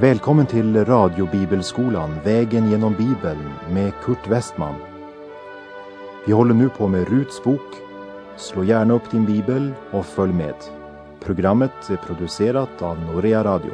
Välkommen till radiobibelskolan Vägen genom Bibeln med Kurt Westman. Vi håller nu på med Ruts bok. Slå gärna upp din bibel och följ med. Programmet är producerat av Norea Radio.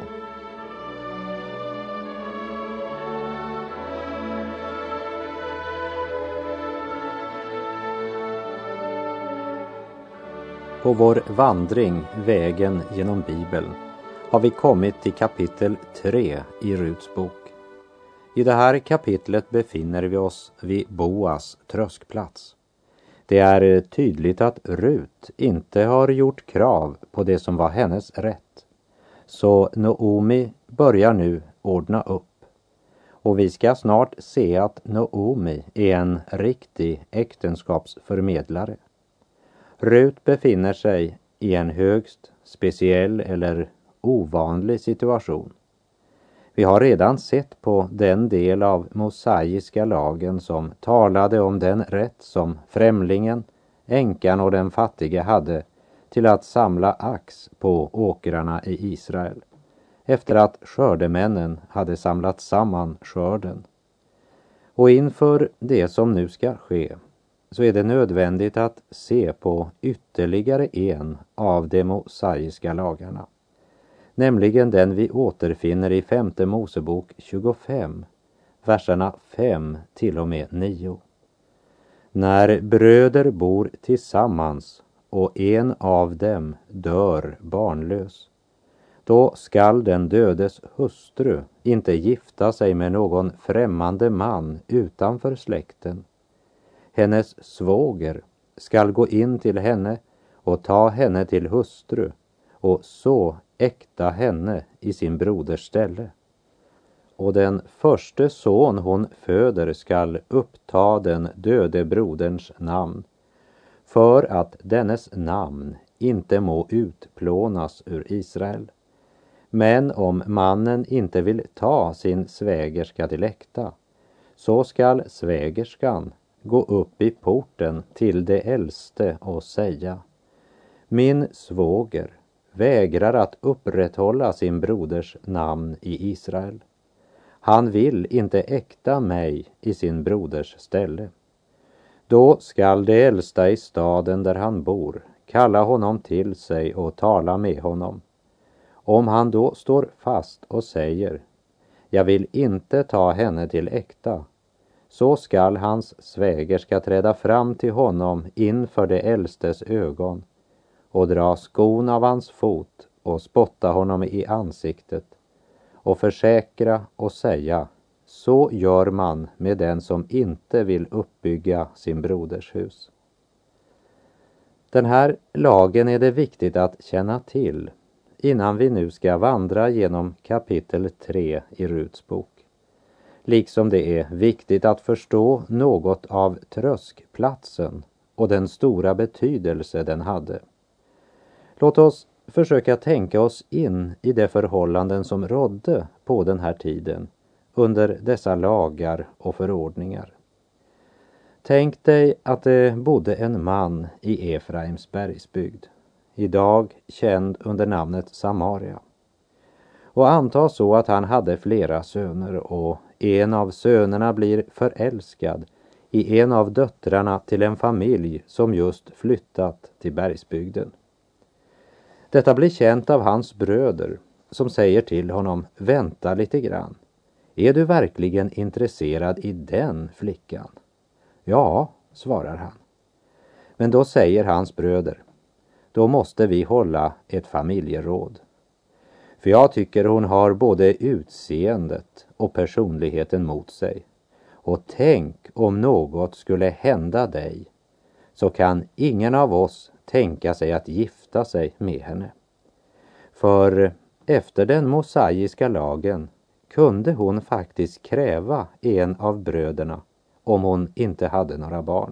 På vår vandring Vägen genom Bibeln har vi kommit till kapitel 3 i Ruts bok. I det här kapitlet befinner vi oss vid Boas tröskplats. Det är tydligt att Rut inte har gjort krav på det som var hennes rätt. Så Naomi börjar nu ordna upp. Och vi ska snart se att Naomi är en riktig äktenskapsförmedlare. Rut befinner sig i en högst speciell eller ovanlig situation. Vi har redan sett på den del av mosaiska lagen som talade om den rätt som främlingen, änkan och den fattige hade till att samla ax på åkrarna i Israel efter att skördemännen hade samlat samman skörden. Och inför det som nu ska ske så är det nödvändigt att se på ytterligare en av de mosaiska lagarna. Nämligen den vi återfinner i 5:e Mosebok 25, verserna 5 till och med 9. När bröder bor tillsammans och en av dem dör barnlös, då skall den dödes hustru inte gifta sig med någon främmande man utanför släkten. Hennes svåger skall gå in till henne och ta henne till hustru och så äkta henne i sin broders ställe. Och den första son hon föder skall uppta den döde broderns namn, för att dennes namn inte må utplånas ur Israel. Men om mannen inte vill ta sin svägerska till äkta, så skall svägerskan gå upp i porten till det äldste och säga: min svåger vägrar att upprätthålla sin broders namn i Israel. Han vill inte äkta mig i sin broders ställe. Då skall det äldsta i staden där han bor kalla honom till sig och tala med honom. Om han då står fast och säger: jag vill inte ta henne till äkta, så skall hans svägerska träda fram till honom inför det äldstes ögon och dra skon av hans fot och spotta honom i ansiktet och försäkra och säga: så gör man med den som inte vill uppbygga sin broders hus. Den här lagen är det viktigt att känna till innan vi nu ska vandra genom kapitel 3 i Ruts bok. Liksom det är viktigt att förstå något av tröskplatsen och den stora betydelse den hade. Låt oss försöka tänka oss in i de förhållanden som rådde på den här tiden under dessa lagar och förordningar. Tänk dig att det bodde en man i Efraims bergsbygd, idag känd under namnet Samaria. Och anta så att han hade flera söner och en av sönerna blir förälskad i en av döttrarna till en familj som just flyttat till bergsbygden. Detta blir känt av hans bröder som säger till honom: vänta lite grann. Är du verkligen intresserad i den flickan? Ja, svarar han. Men då säger hans bröder: då måste vi hålla ett familjeråd. För jag tycker hon har både utseendet och personligheten mot sig. Och tänk om något skulle hända dig, så kan ingen av oss tänka sig att gifta sig med henne. För efter den mosaiska lagen kunde hon faktiskt kräva en av bröderna om hon inte hade några barn.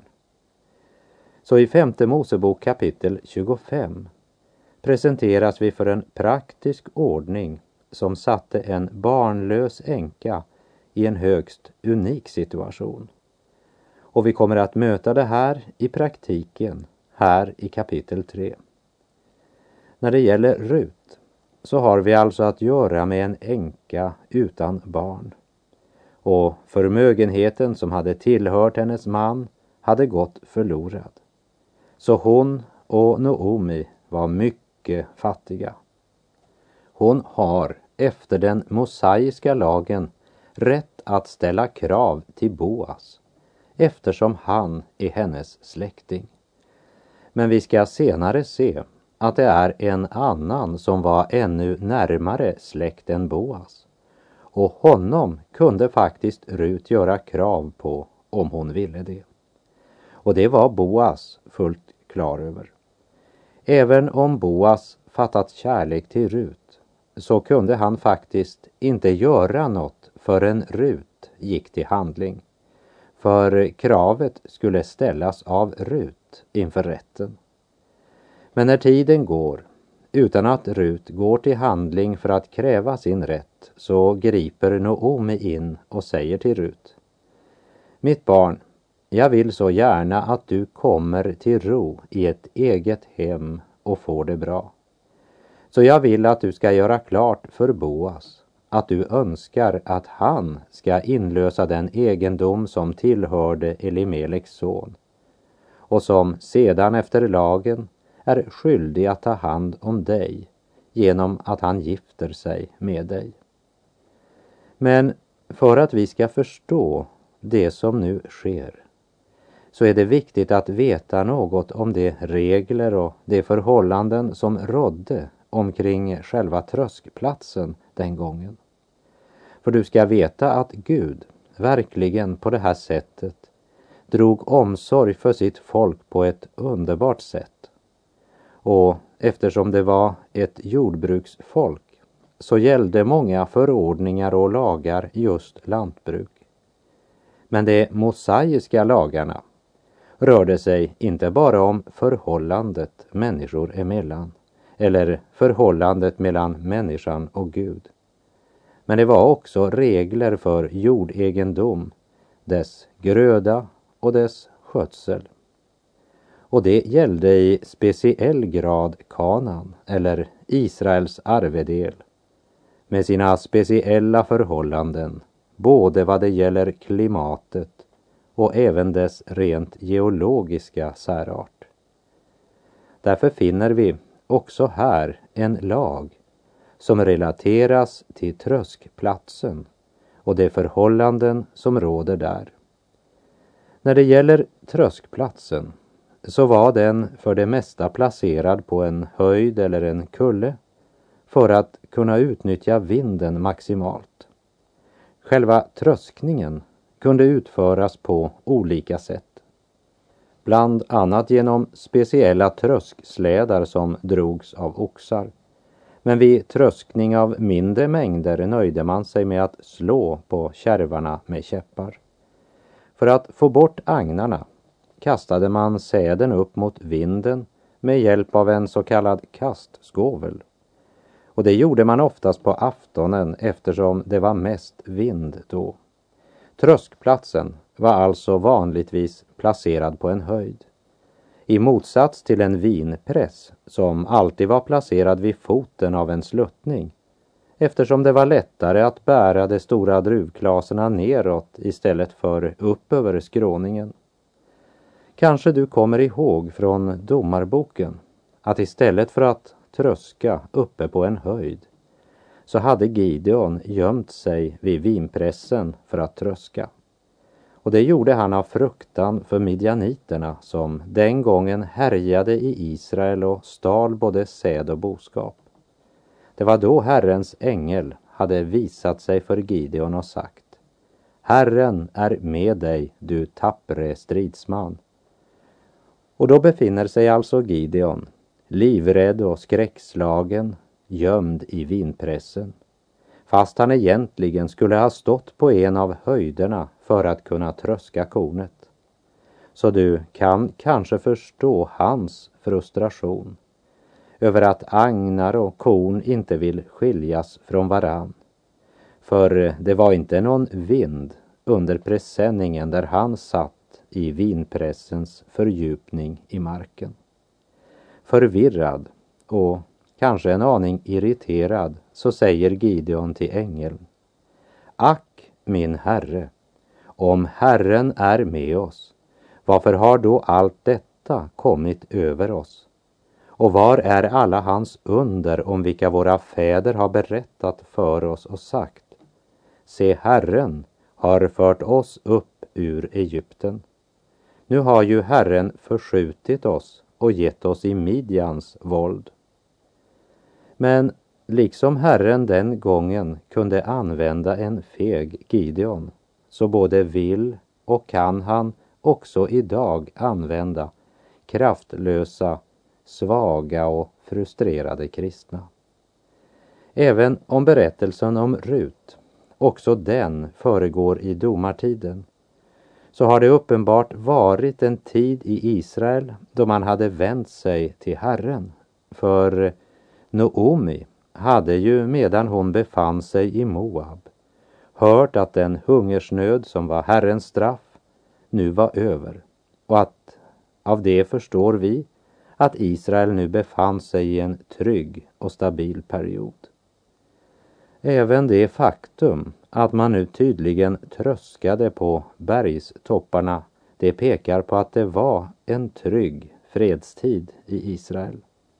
Så i 5:e Mosebok kapitel 25 presenteras vi för en praktisk ordning som satte en barnlös änka i en högst unik situation. Och vi kommer att möta det här i praktiken här i kapitel 3. När det gäller Rut så har vi alltså att göra med en änka utan barn. Och förmögenheten som hade tillhört hennes man hade gått förlorad. Så hon och Noomi var mycket fattiga. Hon har efter den mosaiska lagen rätt att ställa krav till Boas, eftersom han är hennes släkting. Men vi ska senare se att det är en annan som var ännu närmare släkt än Boas. Och honom kunde faktiskt Rut göra krav på om hon ville det. Och det var Boas fullt klar över. Även om Boas fattat kärlek till Rut så kunde han faktiskt inte göra något förrän Rut gick till handling. För kravet skulle ställas av Rut inför rätten. Men när tiden går, utan att Rut går till handling för att kräva sin rätt, så griper Noomi in och säger till Rut: Mitt barn, jag vill så gärna att du kommer till ro i ett eget hem och får det bra. Så jag vill att du ska göra klart för Boas att du önskar att han ska inlösa den egendom som tillhörde Elimeleks son och som sedan efter lagen är skyldig att ta hand om dig genom att han gifter sig med dig. Men för att vi ska förstå det som nu sker så är det viktigt att veta något om de regler och de förhållanden som rådde omkring själva tröskplatsen den gången. För du ska veta att Gud verkligen på det här sättet drog omsorg för sitt folk på ett underbart sätt. Och eftersom det var ett jordbruksfolk så gällde många förordningar och lagar just lantbruk. Men de mosaiska lagarna rörde sig inte bara om förhållandet människor emellan eller förhållandet mellan människan och Gud. Men det var också regler för jordegendom, dess gröda och dess skötsel. Och det gällde i speciell grad Kanaan eller Israels arvedel med sina speciella förhållanden, både vad det gäller klimatet och även dess rent geologiska särart. Därför finner vi också här en lag som relateras till tröskplatsen och de förhållanden som råder där. När det gäller tröskplatsen så var den för det mesta placerad på en höjd eller en kulle för att kunna utnyttja vinden maximalt. Själva tröskningen kunde utföras på olika sätt. Bland annat genom speciella tröskslädar som drogs av oxar. Men vid tröskning av mindre mängder nöjde man sig med att slå på kärvarna med käppar. För att få bort agnarna kastade man säden upp mot vinden med hjälp av en så kallad kastskovel. Och det gjorde man oftast på aftonen eftersom det var mest vind då. Tröskplatsen var alltså vanligtvis placerad på en höjd. I motsats till en vinpress som alltid var placerad vid foten av en sluttning, eftersom det var lättare att bära de stora druvklaserna neråt istället för upp över skråningen. Kanske du kommer ihåg från domarboken att istället för att tröska uppe på en höjd så hade Gideon gömt sig vid vinpressen för att tröska. Och det gjorde han av fruktan för midjaniterna som den gången härjade i Israel och stal både säd och boskap. Det var då Herrens ängel hade visat sig för Gideon och sagt: Herren är med dig, du tappre stridsman. Och då befinner sig alltså Gideon, livrädd och skräckslagen, gömd i vinpressen, fast han egentligen skulle ha stått på en av höjderna för att kunna tröska kornet. Så du kan kanske förstå hans frustration över att agnar och korn inte vill skiljas från varann. För det var inte någon vind under presenningen där han satt i vinpressens fördjupning i marken. Förvirrad och kanske en aning irriterad, så säger Gideon till ängeln: Ack, min herre, om Herren är med oss, varför har då allt detta kommit över oss? Och var är alla hans under om vilka våra fäder har berättat för oss och sagt: Se, Herren har fört oss upp ur Egypten. Nu har ju Herren förskjutit oss och gett oss i Midjans våld. Men liksom Herren den gången kunde använda en feg Gideon, så både vill och kan han också idag använda kraftlösa, svaga och frustrerade kristna. Även om berättelsen om Rut, också den föregår i domartiden, så har det uppenbart varit en tid i Israel då man hade vänt sig till Herren. För Noomi hade ju medan hon befann sig i Moab hört att den hungersnöd som var Herrens straff nu var över, och att av det förstår vi att Israel nu befann sig i en trygg och stabil period. Även det faktum att man nu tydligen tröskade på bergstopparna, det pekar på att det var en trygg fredstid i Israel.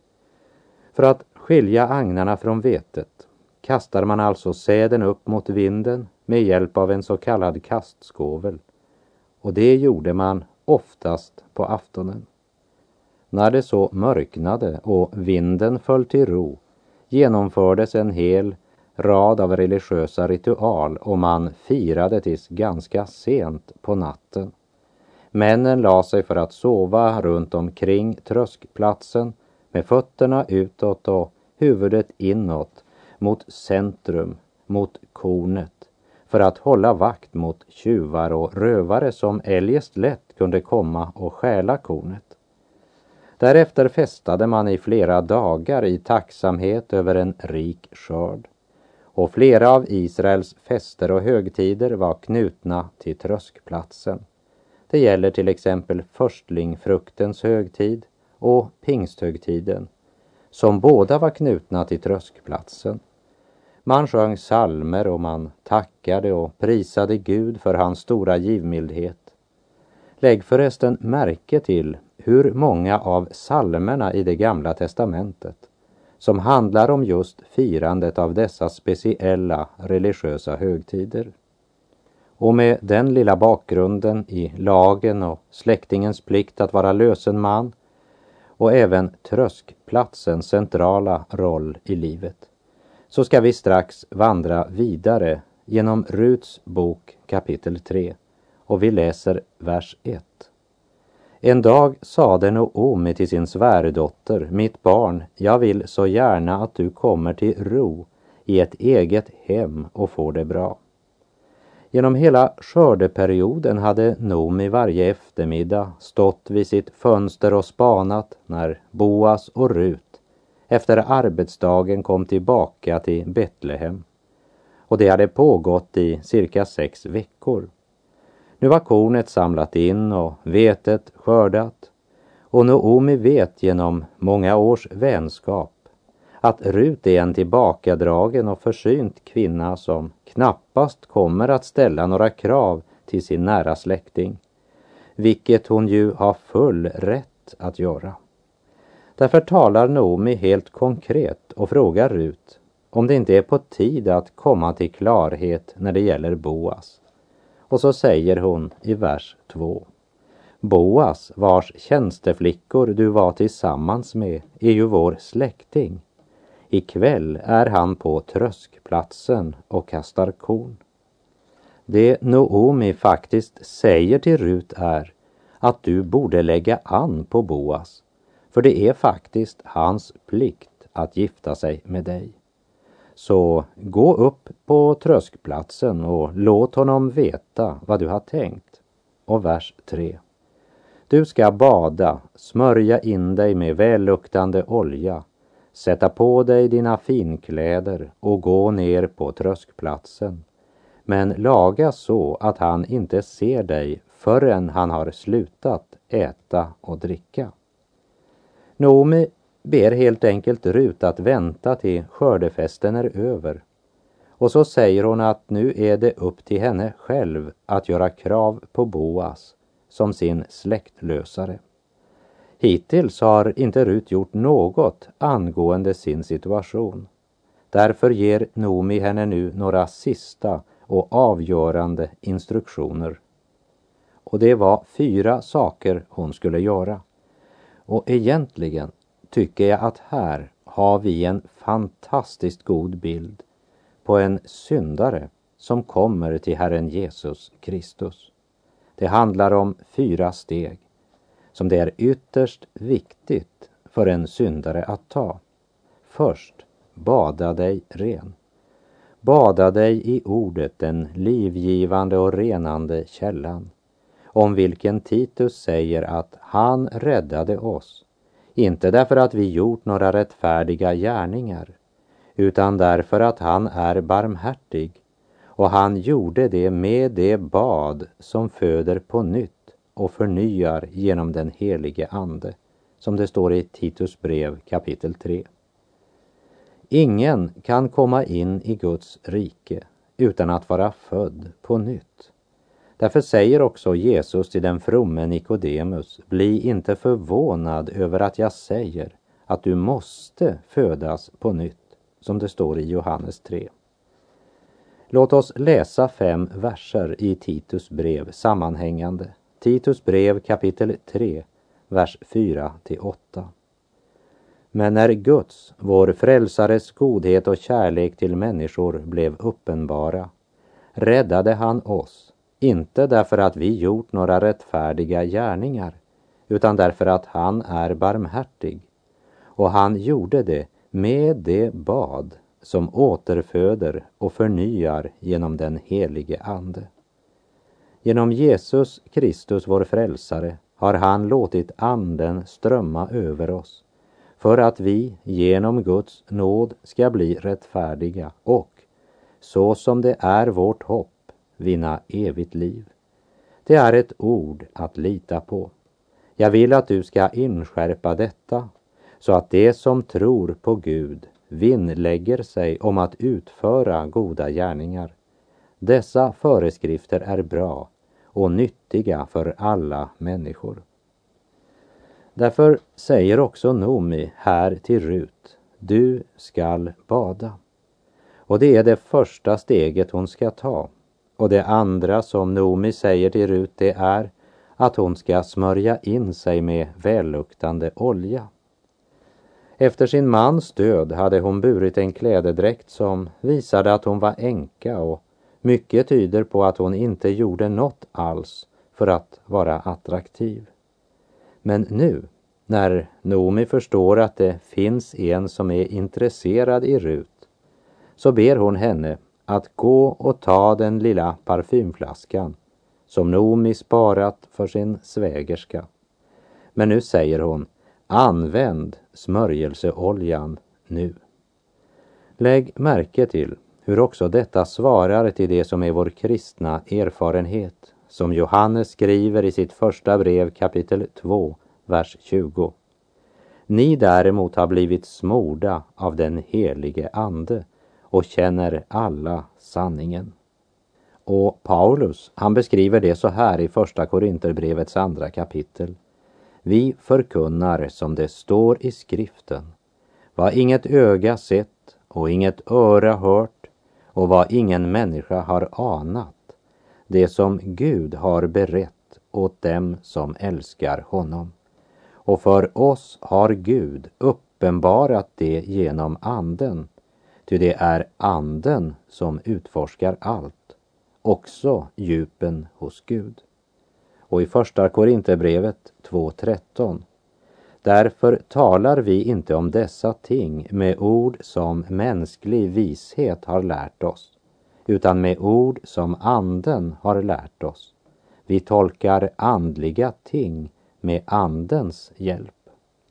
För att skilja agnarna från vetet kastar man alltså säden upp mot vinden med hjälp av en så kallad kastskovel. Och det gjorde man oftast på aftonen. När det så mörknade och vinden föll till ro genomfördes en hel rad av religiösa ritual och man firade tills ganska sent på natten. Männen la sig för att sova runt omkring tröskplatsen med fötterna utåt och huvudet inåt mot centrum, mot kornet, för att hålla vakt mot tjuvar och rövare som eljest lätt kunde komma och stjäla kornet. Därefter festade man i flera dagar i tacksamhet över en rik skörd. Och flera av Israels fester och högtider var knutna till tröskplatsen. Det gäller till exempel förstlingfruktens högtid och pingsthögtiden, som båda var knutna till tröskplatsen. Man sjöng psalmer och man tackade och prisade Gud för hans stora givmildhet. Lägg förresten märke till hur många av psalmerna i det gamla testamentet som handlar om just firandet av dessa speciella religiösa högtider. Och med den lilla bakgrunden i lagen och släktingens plikt att vara lösen man och även tröskplatsens centrala roll i livet, så ska vi strax vandra vidare genom Ruts bok kapitel 3 och vi läser vers 1. En dag sade Noomi till sin svärdotter: Mitt barn, jag vill så gärna att du kommer till ro i ett eget hem och får det bra. Genom hela skördeperioden hade Noomi varje eftermiddag stått vid sitt fönster och spanat när Boas och Rut efter arbetsdagen kom tillbaka till Betlehem. Och det hade pågått i cirka 6 veckor. Nu var kornet samlat in och vetet skördat, och Noomi vet genom många års vänskap att Rut är en tillbakadragen och försynt kvinna som knappast kommer att ställa några krav till sin nära släkting, vilket hon ju har full rätt att göra. Därför talar Noomi helt konkret och frågar Rut om det inte är på tid att komma till klarhet när det gäller Boas. Och så säger hon i vers 2: Boas, vars tjänsteflickor du var tillsammans med, är ju vår släkting. Ikväll är han på tröskplatsen och kastar korn. Det Noomi faktiskt säger till Rut är att du borde lägga an på Boas, för det är faktiskt hans plikt att gifta sig med dig. Så gå upp på tröskplatsen och låt honom veta vad du har tänkt. Och vers 3. Du ska bada, smörja in dig med välluktande olja, sätta på dig dina finkläder och gå ner på tröskplatsen. Men laga så att han inte ser dig förrän han har slutat äta och dricka. Noomi ber helt enkelt Rut att vänta till skördefesten är över. Och så säger hon att nu är det upp till henne själv att göra krav på Boas som sin släktlösare. Hittills har inte Rut gjort något angående sin situation. Därför ger Noomi henne nu några sista och avgörande instruktioner. Och det var 4 saker hon skulle göra. Och egentligen tycker jag att här har vi en fantastiskt god bild på en syndare som kommer till Herren Jesus Kristus. Det handlar om 4 steg som det är ytterst viktigt för en syndare att ta. Först, bada dig ren. Bada dig i ordet, den livgivande och renande källan, om vilken Titus säger att han räddade oss, inte därför att vi gjort några rättfärdiga gärningar, utan därför att han är barmhärtig, och han gjorde det med det bad som föder på nytt och förnyar genom den helige ande, som det står i Titus brev kapitel 3. Ingen kan komma in i Guds rike utan att vara född på nytt. Därför säger också Jesus till den fromme Nikodemus: bli inte förvånad över att jag säger att du måste födas på nytt, som det står i Johannes 3. Låt oss läsa 5 verser i Titus brev sammanhängande. Titus brev kapitel 3, vers 4-8. Men när Guds, vår frälsares godhet och kärlek till människor blev uppenbara, räddade han oss, inte därför att vi gjort några rättfärdiga gärningar, utan därför att han är barmhärtig. Och han gjorde det med det bad som återföder och förnyar genom den helige ande. Genom Jesus Kristus, vår frälsare, har han låtit anden strömma över oss, för att vi genom Guds nåd ska bli rättfärdiga och, så som det är vårt hopp, vinna evigt liv. Det är ett ord att lita på. Jag vill att du ska inskärpa detta, så att det som tror på Gud vinnlägger sig om att utföra goda gärningar. Dessa föreskrifter är bra och nyttiga för alla människor. Därför säger också Noomi här till Rut: du skall bada. Och det är det första steget hon ska ta. Och det andra som Noomi säger till Rut, det är att hon ska smörja in sig med välluktande olja. Efter sin mans död hade hon burit en klädedräkt som visade att hon var änka, och mycket tyder på att hon inte gjorde något alls för att vara attraktiv. Men nu, när Noomi förstår att det finns en som är intresserad i Rut, så ber hon henne att gå och ta den lilla parfymflaskan som Noomi sparat för sin svägerska. Men nu säger hon: använd smörjelseoljan nu. Lägg märke till hur också detta svarar till det som är vår kristna erfarenhet, som Johannes skriver i sitt första brev kapitel 2, vers 20. Ni däremot har blivit smorda av den helige ande och känner alla sanningen. Och Paulus, han beskriver det så här i första Korinterbrevets 2 kapitel. Vi förkunnar som det står i skriften, vad inget öga sett och inget öra hört och vad ingen människa har anat, det som Gud har berett åt dem som älskar honom. Och för oss har Gud uppenbarat det genom anden, ty det är anden som utforskar allt, också djupen hos Gud. Och i första Korinterbrevet 2:13. Därför talar vi inte om dessa ting med ord som mänsklig vishet har lärt oss, utan med ord som anden har lärt oss. Vi tolkar andliga ting med andens hjälp.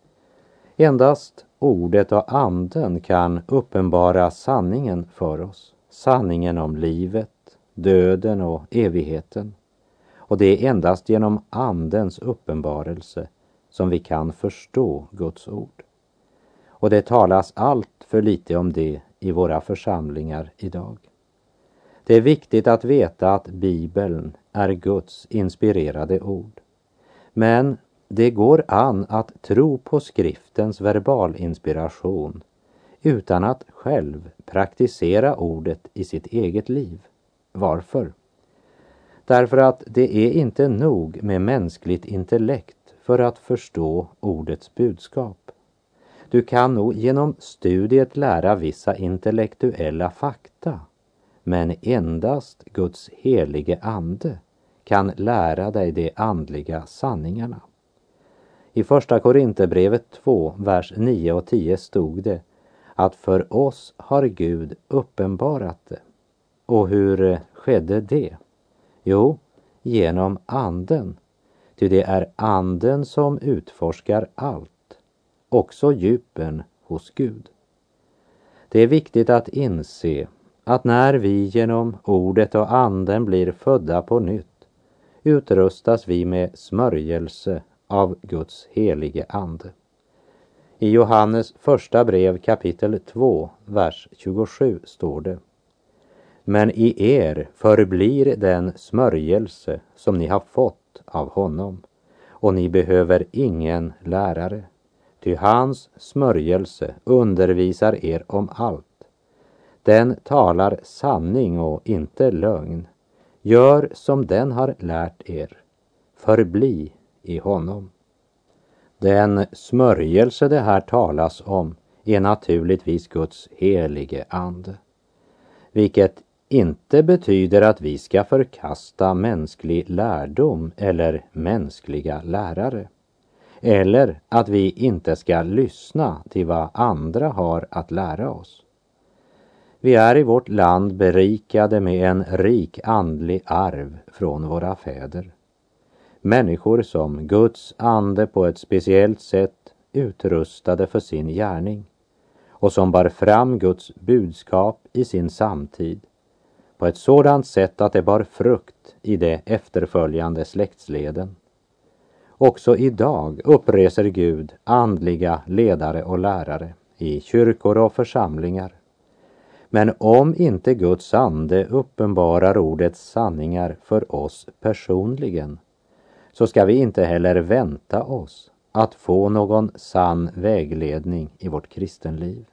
Endast ordet och anden kan uppenbara sanningen för oss. Sanningen om livet, döden och evigheten. Och det är endast genom andens uppenbarelse som vi kan förstå Guds ord. Och det talas allt för lite om det i våra församlingar idag. Det är viktigt att veta att Bibeln är Guds inspirerade ord. Men det går an att tro på skriftens verbalinspiration utan att själv praktisera ordet i sitt eget liv. Varför? Därför att det är inte nog med mänskligt intellekt för att förstå ordets budskap. Du kan nog genom studiet lära vissa intellektuella fakta, men endast Guds helige ande kan lära dig de andliga sanningarna. I första Korinthierbrevet 2, vers 9 och 10 stod det att för oss har Gud uppenbarat det. Och hur skedde det? Jo, genom anden. Ty det är anden som utforskar allt, också djupen hos Gud. Det är viktigt att inse att när vi genom ordet och anden blir födda på nytt utrustas vi med smörjelse av Guds helige ande. I Johannes första brev kapitel 2, vers 27 står det: Men i er förblir den smörjelse som ni har fått av honom, och ni behöver ingen lärare, ty hans smörjelse undervisar er om allt. Den talar sanning och inte lögn. Gör som den har lärt er. Förbli i honom. Den smörjelse det här talas om är naturligtvis Guds helige ande. Vilket inte betyder att vi ska förkasta mänsklig lärdom eller mänskliga lärare. Eller att vi inte ska lyssna till vad andra har att lära oss. Vi är i vårt land berikade med en rik andlig arv från våra fäder. Människor som Guds ande på ett speciellt sätt utrustade för sin gärning och som bar fram Guds budskap i sin samtid på ett sådant sätt att det bar frukt i de efterföljande släktsleden. Också idag uppreser Gud andliga ledare och lärare i kyrkor och församlingar. Men om inte Guds ande uppenbarar ordets sanningar för oss personligen, så ska vi inte heller vänta oss att få någon sann vägledning i vårt kristenliv.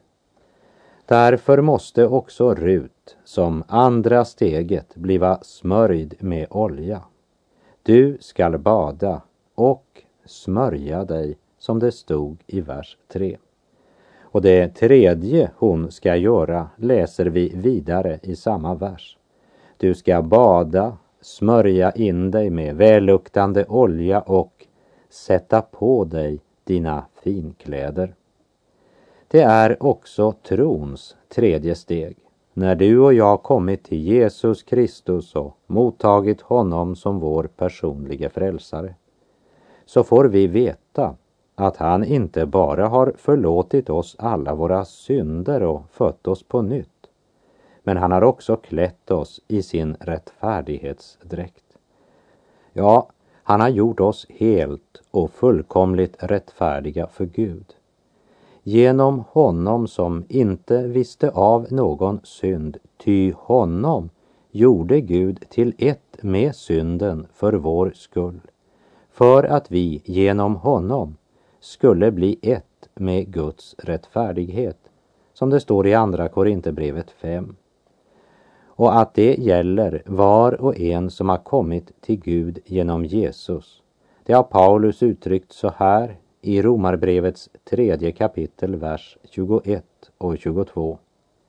Därför måste också Rut som andra steget bliva smörjd med olja. Du skall bada och smörja dig, som det stod i vers 3. Och det tredje hon ska göra läser vi vidare i samma vers. Du ska bada, smörja in dig med välluktande olja och sätta på dig dina finkläder. Det är också trons tredje steg. När du och jag kommit till Jesus Kristus och mottagit honom som vår personliga frälsare, så får vi veta att han inte bara har förlåtit oss alla våra synder och fött oss på nytt, men han har också klätt oss i sin rättfärdighetsdräkt. Ja, han har gjort oss helt och fullkomligt rättfärdiga för Gud. Genom honom som inte visste av någon synd, ty honom gjorde Gud till ett med synden för vår skull, för att vi genom honom skulle bli ett med Guds rättfärdighet, som det står i andra Korinthierbrevet 5. Och att det gäller var och en som har kommit till Gud genom Jesus. Det har Paulus uttryckt så här i Romarbrevets 3 kapitel, vers 21 och 22.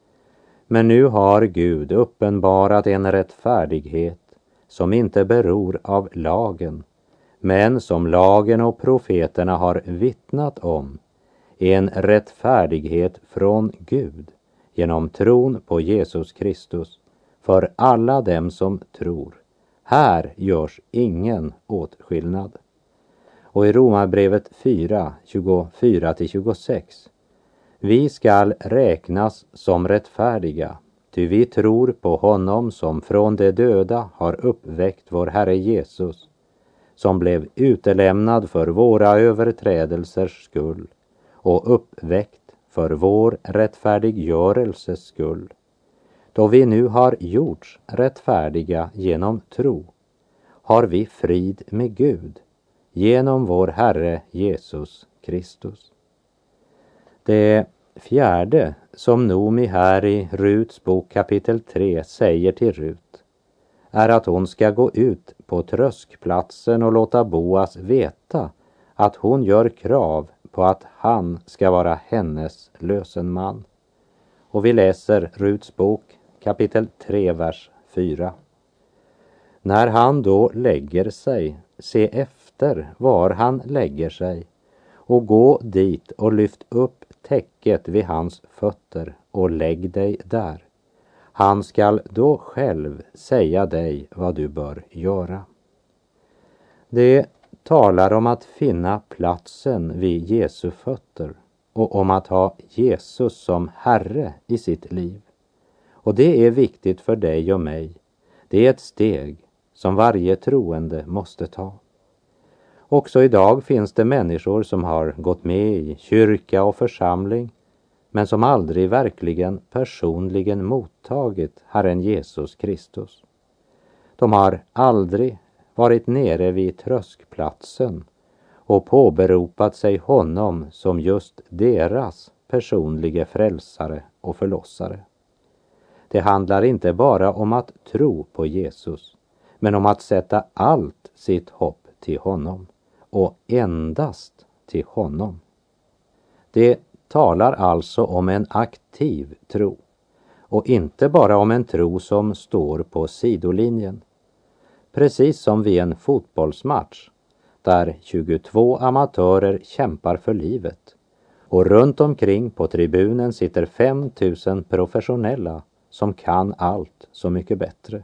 Men nu har Gud uppenbarat en rättfärdighet som inte beror av lagen, men som lagen och profeterna har vittnat om, en rättfärdighet från Gud genom tron på Jesus Kristus för alla dem som tror. Här görs ingen åtskillnad. Och i Romarbrevet 4, 24-26. Vi skall räknas som rättfärdiga, ty vi tror på honom som från de döda har uppväckt vår Herre Jesus, som blev utelämnad för våra överträdelsers skull och uppväckt för vår rättfärdiggörelses skull, då vi nu har gjorts rättfärdiga genom tro, har vi frid med Gud genom vår Herre Jesus Kristus. Det fjärde som Noomi här i Ruts bok kapitel 3 säger till Rut är att hon ska gå ut på tröskplatsen och låta Boas veta att hon gör krav på att han ska vara hennes lösenman. Och vi läser Ruts bok kapitel 3, vers 4. När han då lägger sig, se efter var han lägger sig, och gå dit och lyft upp täcket vid hans fötter och lägg dig där. Han skall då själv säga dig vad du bör göra. Det talar om att finna platsen vid Jesu fötter och om att ha Jesus som Herre i sitt liv. Och det är viktigt för dig och mig. Det är ett steg som varje troende måste ta. Också idag finns det människor som har gått med i kyrka och församling, men som aldrig verkligen personligen mottagit Herren Jesus Kristus. De har aldrig varit nere vid tröskplatsen och påberopat sig honom som just deras personliga frälsare och förlossare. Det handlar inte bara om att tro på Jesus, men om att sätta allt sitt hopp till honom och endast till honom. Det talar alltså om en aktiv tro och inte bara om en tro som står på sidolinjen. Precis som vid en fotbollsmatch där 22 amatörer kämpar för livet och runt omkring på tribunen sitter 5000 professionella som kan allt så mycket bättre.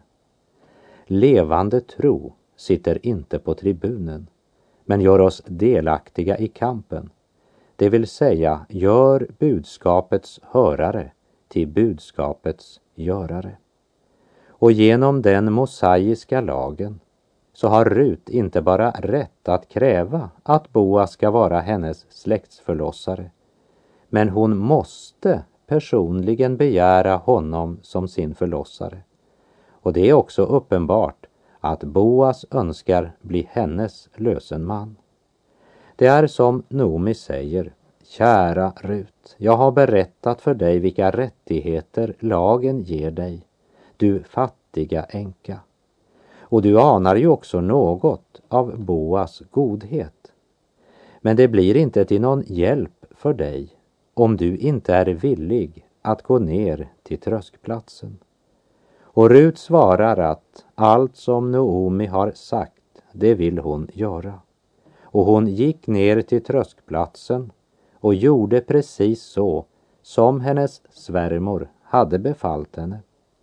Levande tro sitter inte på tribunen, men gör oss delaktiga i kampen. Det vill säga, gör budskapets hörare till budskapets görare. Och genom den mosaiska lagen så har Rut inte bara rätt att kräva att Boas ska vara hennes släktsförlossare, men hon måste personligen begära honom som sin förlossare. Och det är också uppenbart att Boas önskar bli hennes lösenman. Det är som Noomi säger: kära Rut, jag har berättat för dig vilka rättigheter lagen ger dig, du fattiga änka. Och du anar ju också något av Boas godhet. Men det blir inte till någon hjälp för dig om du inte är villig att gå ner till tröskplatsen. Och Rut svarar att allt som Noomi har sagt, det vill hon göra. Och hon gick ner till tröskplatsen och gjorde precis så som hennes svärmor hade befallt henne.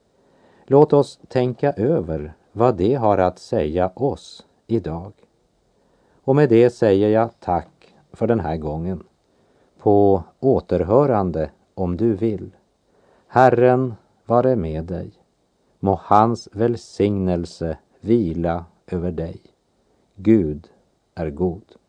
Låt oss tänka över vad det har att säga oss idag. Och med det säger jag tack för den här gången. På återhörande om du vill. Herren vare med dig. Må hans välsignelse vila över dig. Gud är god.